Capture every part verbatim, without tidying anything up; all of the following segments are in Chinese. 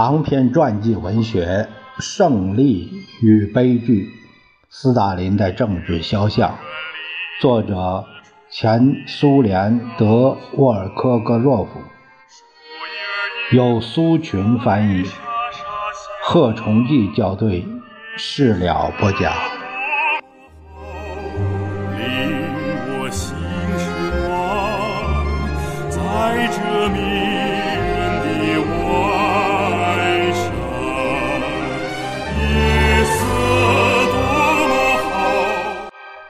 长篇传记文学《胜利与悲剧：斯大林的政治肖像》，作者前苏联德沃尔科格洛夫，由苏群翻译，贺崇济校对，事了播讲。 在这迷人的晚上，夜色多么好。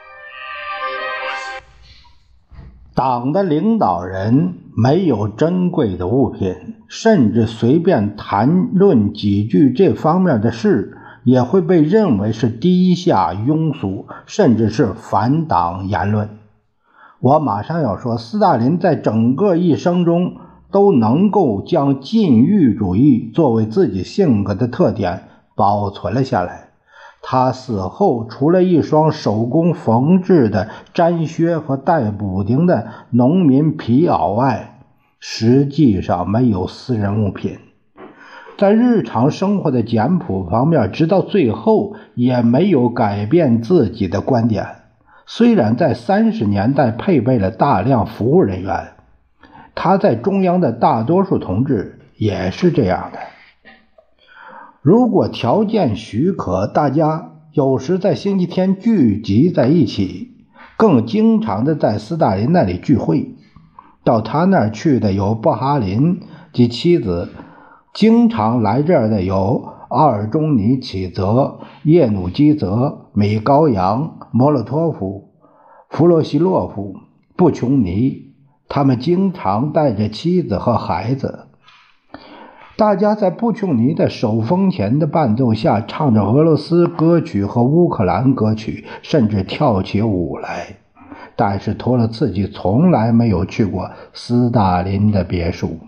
党的领导人没有珍贵的物品，甚至随便谈论几句这方面的事，也会被认为是低下庸俗，甚至是反党言论。我马上要说，斯大林在整个一生中都能够将禁欲主义作为自己性格的特点保存了下来。他死后除了一双手工缝制的毡靴和带补丁的农民皮袄外，实际上没有私人物品。在日常生活的简朴方面，直到最后也没有改变自己的观点。虽然在三十年代配备了大量服务人员，他在中央的大多数同志也是这样的。如果条件许可，大家有时在星期天聚集在一起，更经常的在斯大林那里聚会。到他那儿去的有布哈林及妻子，经常来这儿的有阿尔中尼启泽、叶努基泽、米高扬、莫洛托夫、弗洛西洛夫、布琼尼，他们经常带着妻子和孩子。大家在布琼尼的手风琴的伴奏下唱着俄罗斯歌曲和乌克兰歌曲，甚至跳起舞来。但是托洛茨基从来没有去过斯大林的别墅。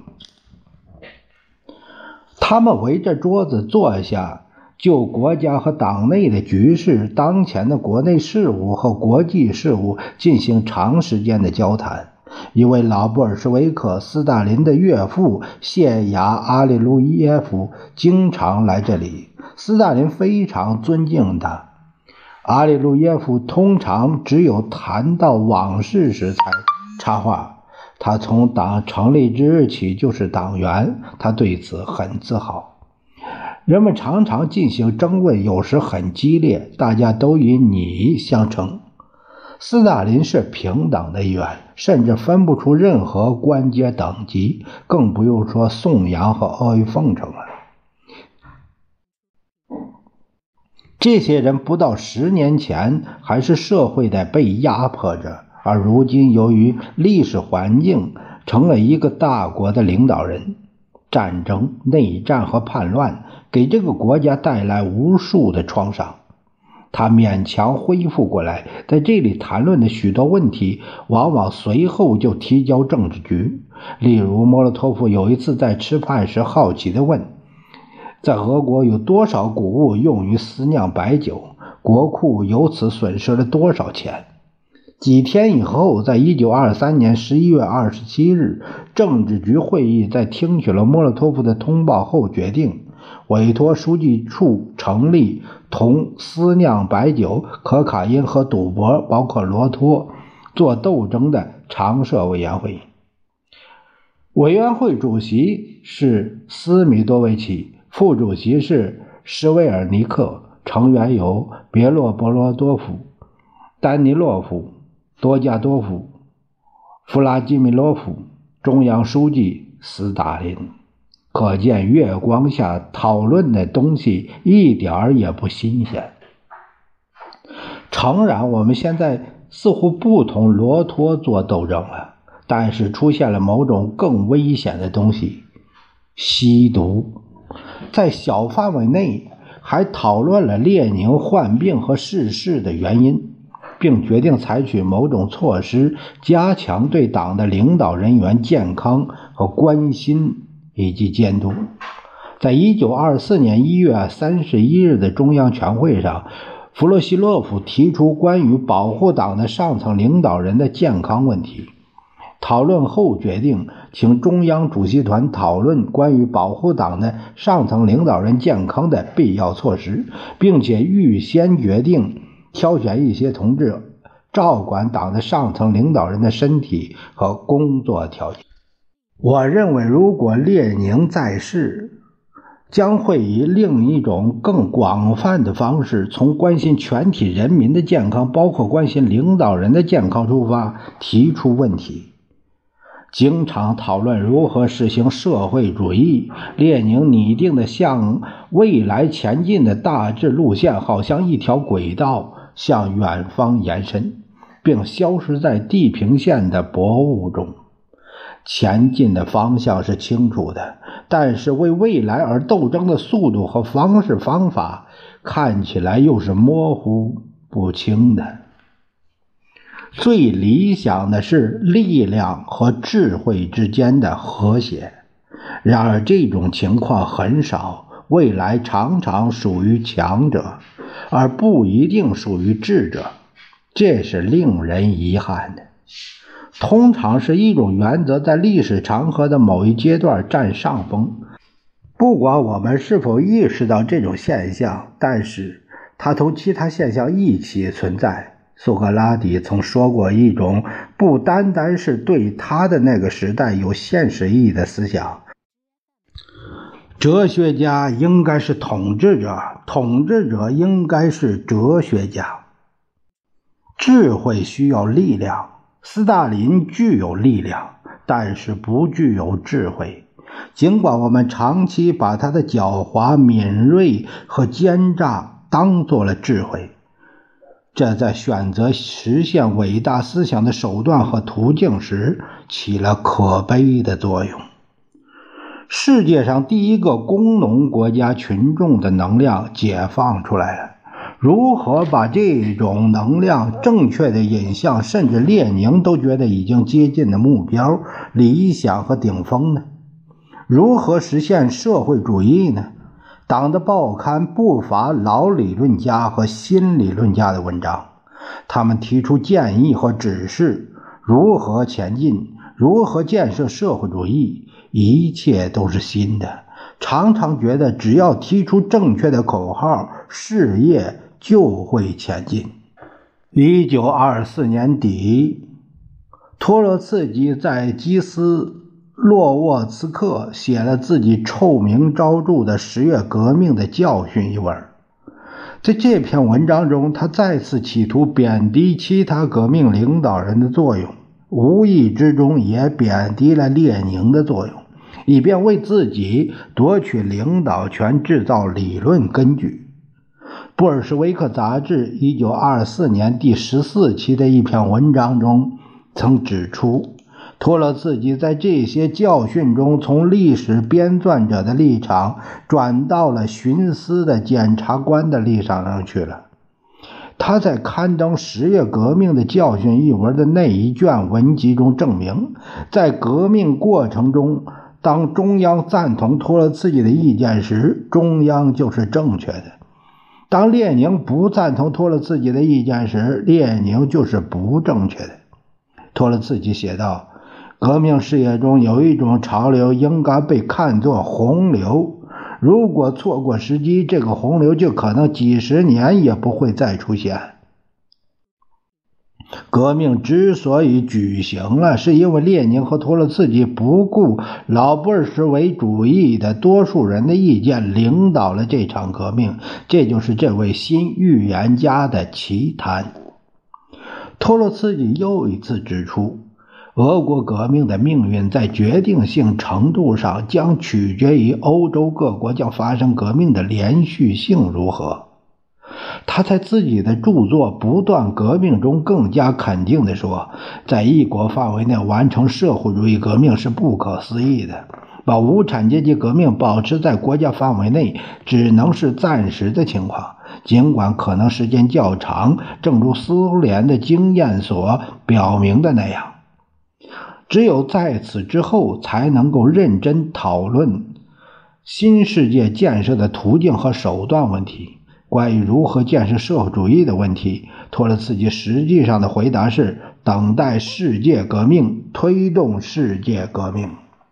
他们围着桌子坐下，就国家和党内的局势、当前的国内事务和国际事务进行长时间的交谈。一位老布尔什维克，斯大林的岳父谢雅阿列路耶夫经常来这里，斯大林非常尊敬他。阿列路耶夫通常只有谈到往事时才插话。他从党成立之日起就是党员，他对此很自豪。人们常常进行争论，有时很激烈，大家都以你相称。斯大林是平等的一员，甚至分不出任何官阶等级，更不用说颂扬和阿谀奉承了。这些人不到十年前还是社会的被压迫着，而如今由于历史环境成了一个大国的领导人。战争、内战和叛乱给这个国家带来无数的创伤，他勉强恢复过来，在这里谈论的许多问题往往随后就提交政治局。例如莫洛托夫有一次在吃饭时好奇地问，在俄国有多少谷物用于私酿白酒，国库由此损失了多少钱。几天以后，在一九二三年十一月二十七日，政治局会议在听取了莫洛托夫的通报后决定，委托书记处成立同私酿白酒、可卡因和赌博包括罗托做斗争的常设委员会。委员会主席是斯米多维奇，副主席是施维尔尼克，成员有别洛波罗多夫、丹尼洛夫、多加多夫、弗拉基米洛夫，中央书记斯大林。可见月光下讨论的东西一点儿也不新鲜。诚然，我们现在似乎不同罗托做斗争了，但是出现了某种更危险的东西——吸毒。在小范围内还讨论了列宁患病和逝世的原因，并决定采取某种措施，加强对党的领导人员健康和关心以及监督。在一九二四年一月三十一日的中央全会上，弗洛西洛夫提出关于保护党的上层领导人的健康问题。 讨论后决定请中央主席团讨论关于保护党的上层领导人健康的必要措施，并且预先决定挑选一些同志照管党的上层领导人的身体和工作条件。我认为如果列宁在世，将会以另一种更广泛的方式，从关心全体人民的健康，包括关心领导人的健康出发，提出问题。经常讨论如何实行社会主义，列宁拟定的向未来前进的大致路线，好像一条轨道向远方延伸，并消失在地平线的薄雾中。前进的方向是清楚的，但是为未来而斗争的速度和方式方法看起来又是模糊不清的。最理想的是力量和智慧之间的和谐，然而这种情况很少，未来常常属于强者，而不一定属于智者，这是令人遗憾的。通常是一种原则在历史长河的某一阶段占上风，不管我们是否意识到这种现象，但是它同其他现象一起存在。苏格拉底曾说过一种不单单是对他的那个时代有现实意义的思想：哲学家应该是统治者，统治者应该是哲学家。智慧需要力量，斯大林具有力量，但是不具有智慧。尽管我们长期把他的狡猾、敏锐和奸诈当作了智慧，这在选择实现伟大思想的手段和途径时起了可悲的作用。世界上第一个工农国家群众的能量解放出来了，如何把这种能量正确的引向甚至列宁都觉得已经接近的目标、理想和顶峰呢？如何实现社会主义呢？党的报刊不乏老理论家和新理论家的文章，他们提出建议和指示，如何前进，如何建设社会主义，一切都是新的。常常觉得只要提出正确的口号，事业就会前进。一九二四年底，托洛茨基在基斯洛沃茨克写了自己臭名昭著的十月革命的教训一文。在这篇文章中，他再次企图贬低其他革命领导人的作用，无意之中也贬低了列宁的作用，以便为自己夺取领导权制造理论根据。布尔什维克杂志一九二四年第十四期的一篇文章中曾指出，托洛茨基在这些教训中从历史编纂者的立场转到了徇私的检察官的立场上去了。他在刊登十月革命的教训一文的那一卷文集中证明，在革命过程中，当中央赞同托洛茨基的意见时，中央就是正确的；当列宁不赞同托洛茨基的意见时，列宁就是不正确的。托洛茨基写道，革命事业中有一种潮流应该被看作洪流，如果错过时机，这个洪流就可能几十年也不会再出现。革命之所以举行了，是因为列宁和托洛茨基不顾老布尔什维主义的多数人的意见，领导了这场革命。这就是这位新预言家的奇谈。托洛茨基又一次指出，俄国革命的命运在决定性程度上将取决于欧洲各国将发生革命的连续性如何。他在自己的著作《不断革命》中更加肯定地说，在一国范围内完成社会主义革命是不可思议的，把无产阶级革命保持在国家范围内只能是暂时的情况，尽管可能时间较长，正如苏联的经验所表明的那样。只有在此之后，才能够认真讨论新世界建设的途径和手段问题。关于如何建设社会主义的问题，托洛茨基实际上的回答是， 等待世界革命，推动世界革命。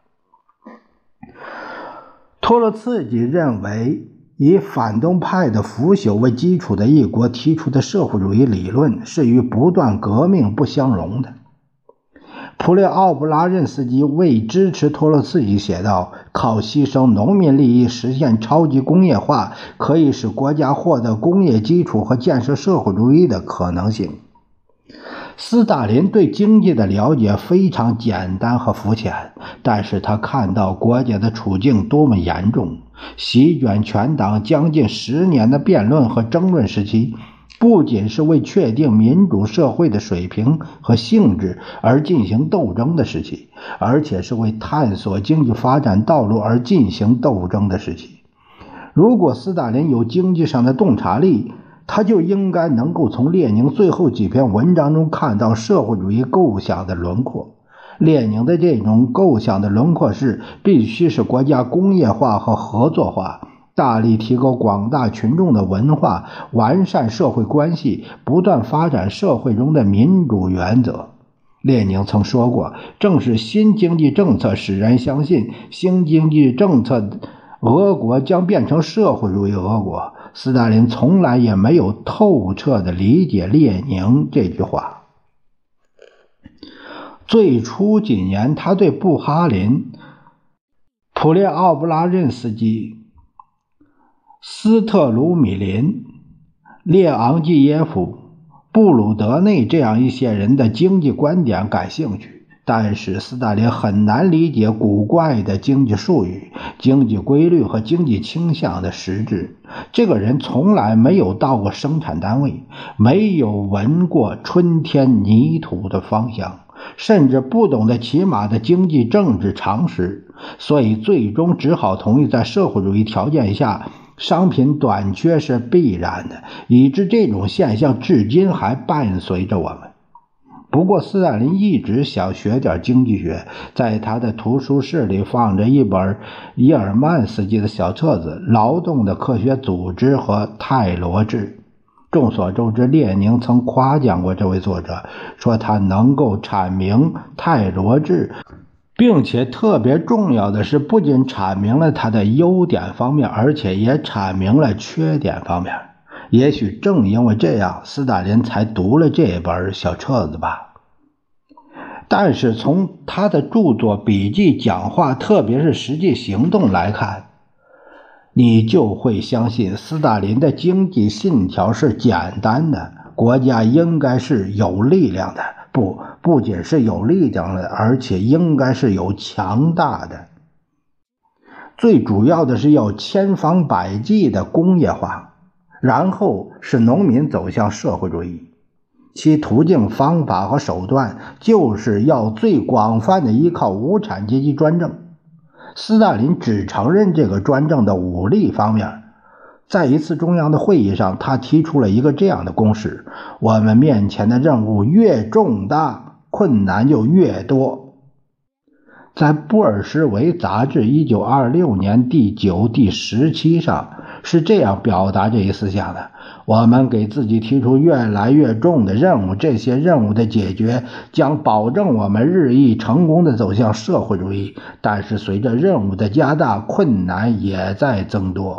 托洛茨基认为，以反动派的腐朽为基础的一国提出的社会主义理论是与不断革命不相容的。普列奥布拉任斯基为支持托洛茨基写道，靠牺牲农民利益实现超级工业化，可以使国家获得工业基础和建设社会主义的可能性。斯大林对经济的了解非常简单和肤浅，但是他看到国家的处境多么严重，席卷全党将近十年的辩论和争论时期，不仅是为确定民主社会的水平和性质而进行斗争的时期，而且是为探索经济发展道路而进行斗争的时期。如果斯大林有经济上的洞察力，他就应该能够从列宁最后几篇文章中看到社会主义构想的轮廓。列宁的这种构想的轮廓是必须使国家工业化和合作化，大力提高广大群众的文化，完善社会关系，不断发展社会中的民主原则。列宁曾说过，正是新经济政策使人相信新经济政策俄国将变成社会主义俄国。斯大林从来也没有透彻地理解列宁这句话。最初几年，他对布哈林、普列奥布拉任斯基、斯特鲁米林、列昂基耶夫、布鲁德内这样一些人的经济观点感兴趣，但是斯大林很难理解古怪的经济术语、经济规律和经济倾向的实质。这个人从来没有到过生产单位，没有闻过春天泥土的芳香，甚至不懂得起码的经济政治常识，所以最终只好同意在社会主义条件下商品短缺是必然的，以致这种现象至今还伴随着我们。不过斯大林一直想学点经济学，在他的图书室里放着一本伊尔曼斯基的小册子《劳动的科学组织》和泰罗治。众所周知，列宁曾夸奖过这位作者，说他能够阐明泰罗治，并且特别重要的是，不仅阐明了他的优点方面，而且也阐明了缺点方面。也许正因为这样，斯大林才读了这本小册子吧。但是从他的著作、笔记、讲话，特别是实际行动来看，你就会相信斯大林的经济信条是简单的，国家应该是有力量的，不，不仅是有力量的，而且应该是有强大的。最主要的是要千方百计的工业化，然后使农民走向社会主义。其途径、方法和手段就是要最广泛的依靠无产阶级专政。斯大林只承认这个专政的武力方面。在一次中央的会议上，他提出了一个这样的公式：我们面前的任务越重大，困难就越多。在布尔什维杂志一九二六年第九、第十期上是这样表达这一思想的：我们给自己提出越来越重的任务，这些任务的解决将保证我们日益成功地走向社会主义，但是随着任务的加大，困难也在增多。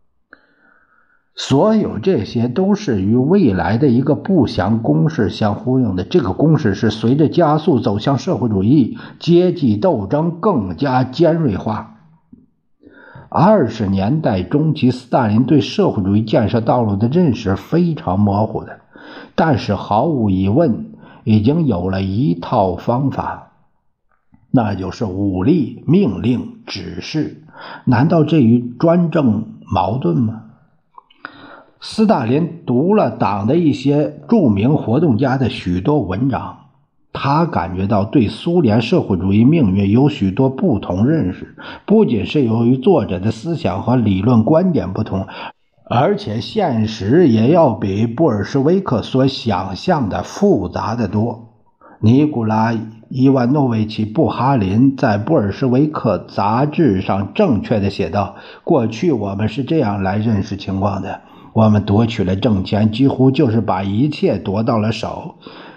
所有这些都是与未来的一个不祥公式相呼应的。这个公式是随着加速走向社会主义，阶级斗争更加尖锐化。二十年代中期，斯大林对社会主义建设道路的认识非常模糊的，但是毫无疑问已经有了一套方法，那就是武力、命令、指示。难道这与专政矛盾吗？斯大林读了党的一些著名活动家的许多文章，他感觉到对苏联社会主义命运有许多不同认识，不仅是由于作者的思想和理论观点不同，而且现实也要比布尔什维克所想象的复杂得多。尼古拉·伊万诺维奇·布哈林在布尔什维克杂志上正确地写道：过去我们是这样来认识情况的，我们夺取了政权，几乎就是把一切夺到了手。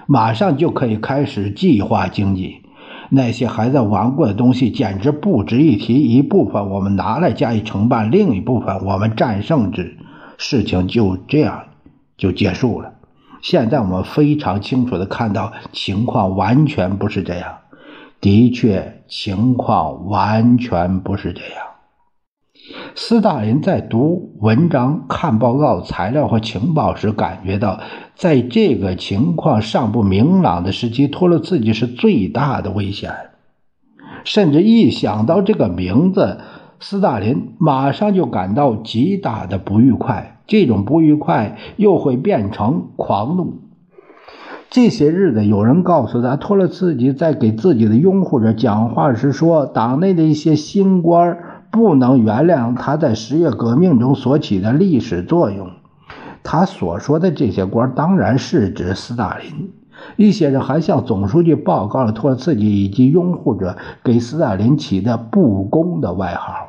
马上就可以开始计划经济。那些还在顽固的东西简直不值一提，一部分我们拿来加以承办，另一部分我们战胜之，事情就这样就结束了。现在我们非常清楚地看到情况完全不是这样，的确情况完全不是这样。斯大林在读文章、看报告、材料和情报时感觉到，在这个情况尚不明朗的时期，托洛茨基是最大的危险。甚至一想到这个名字，斯大林马上就感到极大的不愉快，这种不愉快又会变成狂怒。这些日子有人告诉他，托洛茨基在给自己的拥护者讲话时说，党内的一些新官不能原谅他在十月革命中所起的历史作用。他所说的这些官当然是指斯大林。一些人还向总书记报告了托洛茨基以及拥护者给斯大林起的不公的外号。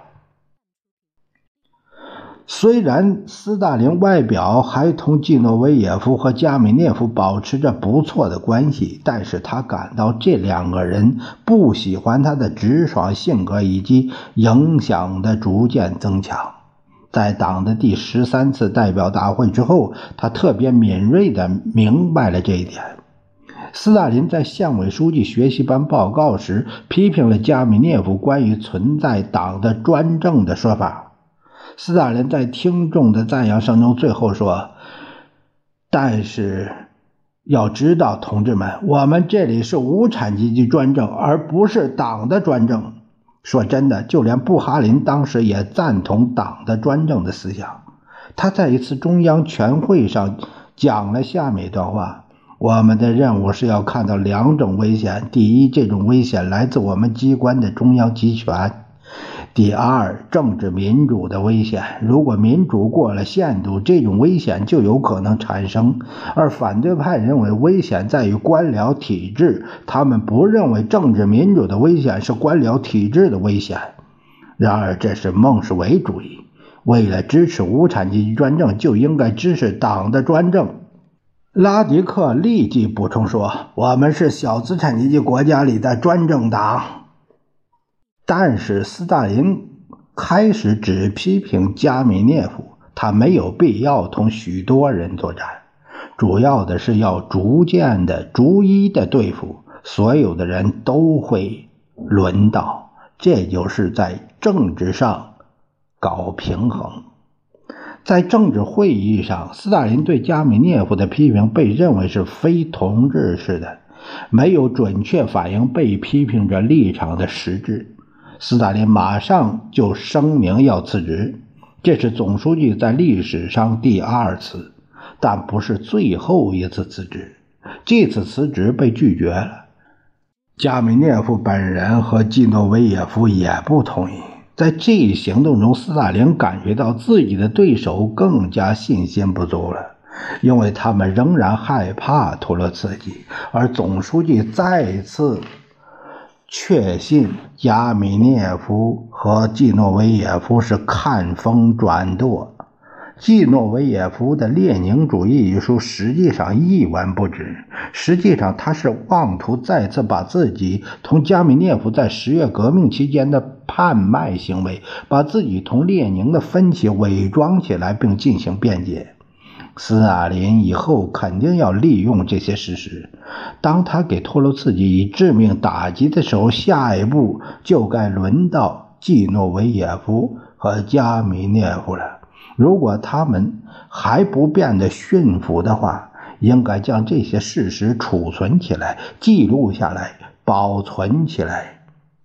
虽然斯大林外表还同季诺维也夫和加米涅夫保持着不错的关系，但是他感到这两个人不喜欢他的直爽性格以及影响的逐渐增强。在党的第十三次代表大会之后，他特别敏锐地明白了这一点。斯大林在县委书记学习班报告时批评了加米涅夫关于存在党的专政的说法。斯大林在听众的赞扬声中最后说，但是要知道同志们，我们这里是无产阶级专政，而不是党的专政。说真的，就连布哈林当时也赞同党的专政的思想。他在一次中央全会上讲了下面一段话，我们的任务是要看到两种危险。第一，这种危险来自我们机关的中央集权。第二，政治民主的危险。如果民主过了限度，这种危险就有可能产生。而反对派认为危险在于官僚体制，他们不认为政治民主的危险是官僚体制的危险。然而这是孟什维主义，为了支持无产阶级专政，就应该支持党的专政。拉迪克立即补充说，我们是小资产阶级国家里的专政党。但是斯大林开始只批评加米涅夫，他没有必要同许多人作战，主要的是要逐渐的、逐一的对付，所有的人都会轮到，这就是在政治上搞平衡。在政治会议上，斯大林对加米涅夫的批评被认为是非同志式的，没有准确反映被批评者立场的实质。斯大林马上就声明要辞职，这是总书记在历史上第二次，但不是最后一次辞职。这次辞职被拒绝了，加米涅夫本人和季诺维也夫也不同意。在这一行动中，斯大林感觉到自己的对手更加信心不足了，因为他们仍然害怕托洛茨基，而总书记再次确信加米涅夫和季诺维也夫是看风转舵。季诺维也夫的列宁主义一书实际上一文不值，实际上他是妄图再次把自己同加米涅夫在十月革命期间的叛卖行为，把自己同列宁的分歧伪装起来并进行辩解。斯大林以后肯定要利用这些事实，当他给托洛茨基以致命打击的时候，下一步就该轮到季诺维也夫和加米涅夫了。如果他们还不变得驯服的话，应该将这些事实储存起来，记录下来，保存起来。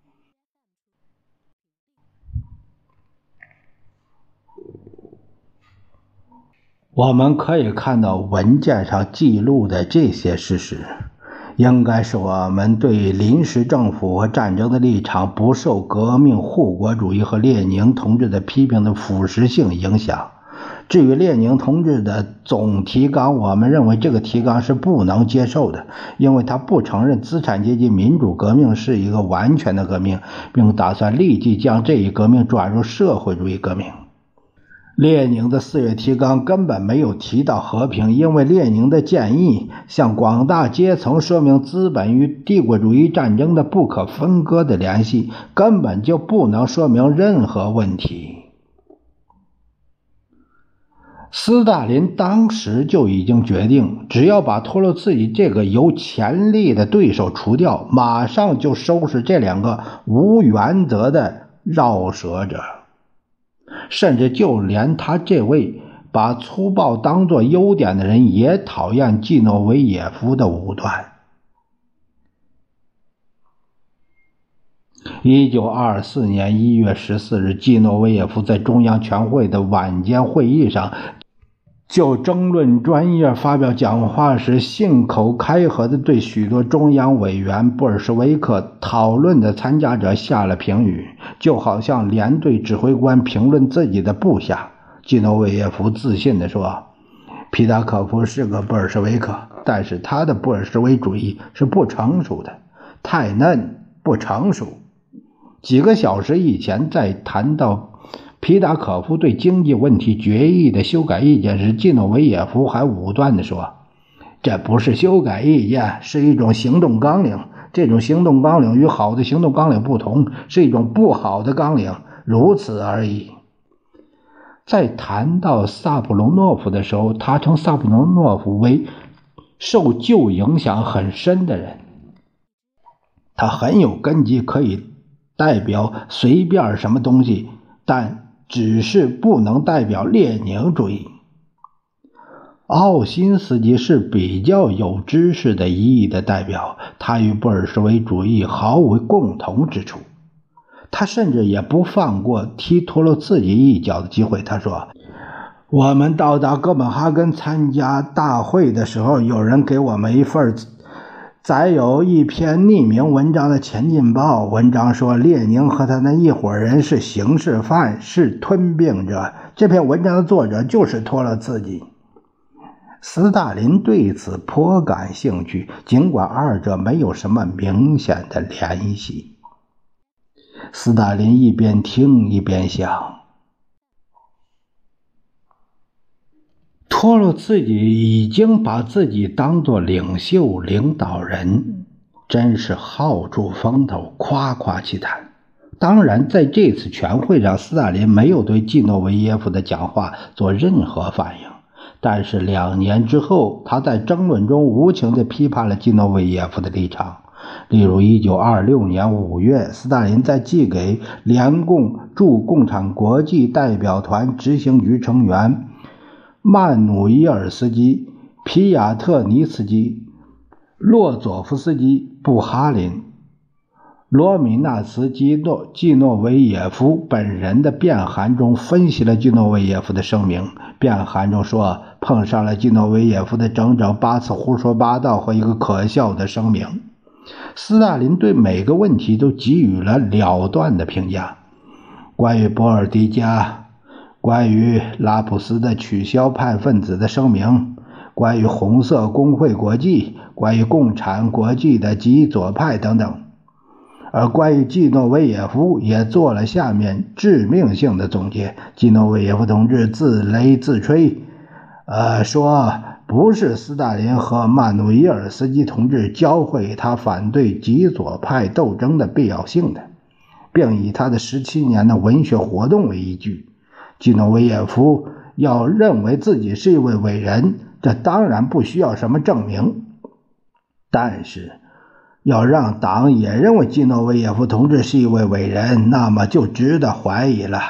我们可以看到文件上记录的这些事实，应该是我们对临时政府和战争的立场不受革命护国主义和列宁同志的批评的腐蚀性影响。至于列宁同志的总提纲，我们认为这个提纲是不能接受的，因为他不承认资产阶级民主革命是一个完全的革命，并打算立即将这一革命转入社会主义革命。 列宁的四月提纲根本没有提到和平，因为列宁的建议向广大阶层说明资本与帝国主义战争的不可分割的联系，根本就不能说明任何问题。斯大林当时就已经决定，只要把托洛茨基这个有潜力的对手除掉，马上就收拾这两个无原则的绕舌者。甚至就连他这位把粗暴当作优点的人也讨厌季诺维也夫的武断。一九二四年一月十四日，季诺维也夫在中央全会的晚间会议上就争论专业发表讲话时，信口开河地对许多中央委员、布尔什维克讨论的参加者下了评语，就好像连队指挥官评论自己的部下。季诺维也夫自信地说，皮达可夫是个布尔什维克，但是他的布尔什维主义是不成熟的，太嫩，不成熟。几个小时以前，在谈到皮达可夫对经济问题决议的修改意见时，季诺维也夫还武断地说，这不是修改意见，是一种行动纲领，这种行动纲领与好的行动纲领不同，是一种不好的纲领，如此而已。在谈到萨布隆诺夫的时候，他称萨布隆诺夫为受旧影响很深的人，他很有根基，可以代表随便什么东西，但只是不能代表列宁主义。奥辛斯基是比较有知识的一翼的代表，他与布尔什维主义毫无共同之处。他甚至也不放过踢托洛茨基一脚的机会。他说，我们到达哥本哈根参加大会的时候，有人给我们一份载有一篇匿名文章的前进报，文章说列宁和他那一伙人是刑事犯，是吞并者。这篇文章的作者就是托洛茨基。斯大林对此颇感兴趣，尽管二者没有什么明显的联系。斯大林一边听一边想，托洛茨基已经把自己当作领袖领导人，真是好出风头，夸夸其谈。当然在这次全会上，斯大林没有对季诺维耶夫的讲话做任何反应，但是两年之后，他在争论中无情地批判了季诺维耶夫的立场。例如一九二六年五月，斯大林在寄给联共驻共产国际代表团执行局成员曼努伊尔斯基、皮亚特尼斯基、洛佐夫斯基、布哈林、罗米纳茨基诺季诺维也夫本人的辩函中分析了季诺维也夫的声明。辩函中说，碰上了季诺维也夫的整整八次胡说八道和一个可笑的声明。斯大林对每个问题都给予了了断的评价，关于波尔迪加，关于拉普斯的取消派分子的声明，关于红色工会国际，关于共产国际的极左派等等。而关于季诺维也夫也做了下面致命性的总结。季诺维也夫同志自雷自吹，呃，说不是斯大林和曼努伊尔斯基同志教会他反对极左派斗争的必要性的，并以他的十七年的文学活动为依据。季诺维也夫要认为自己是一位伟人，这当然不需要什么证明，但是要让党也认为季诺维也夫同志是一位伟人，那么就值得怀疑了。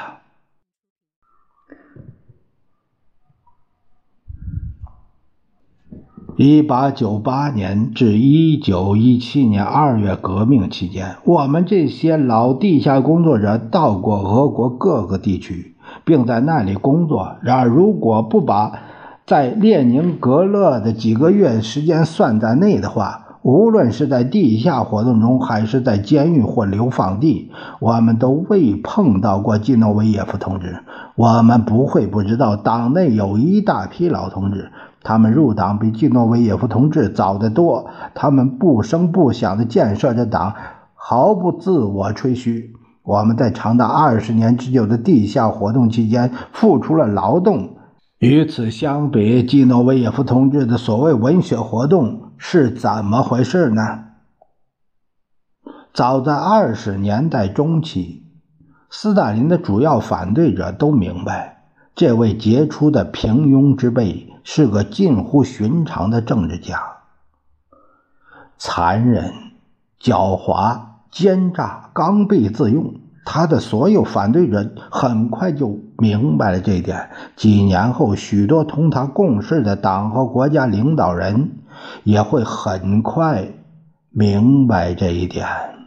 一八九八年至一九一七年二月革命期间，我们这些老地下工作者到过俄国各个地区，并在那里工作。然而如果不把在列宁格勒的几个月时间算在内的话，无论是在地下活动中还是在监狱或流放地，我们都未碰到过季诺维也夫同志。我们不会不知道党内有一大批老同志，他们入党比季诺维也夫同志早得多，他们不声不响地建设着党，毫不自我吹嘘。 我们在长达二十年之久的地下活动期间付出了劳动。与此相比，基诺维耶夫同志的所谓文学活动是怎么回事呢？早在二十年代中期，斯大林的主要反对者都明白，这位杰出的平庸之辈是个近乎寻常的政治家。残忍、狡猾、奸诈、刚愎自用，他的所有反对者很快就明白了这一点。几年后，许多同他共事的党和国家领导人也会很快明白这一点。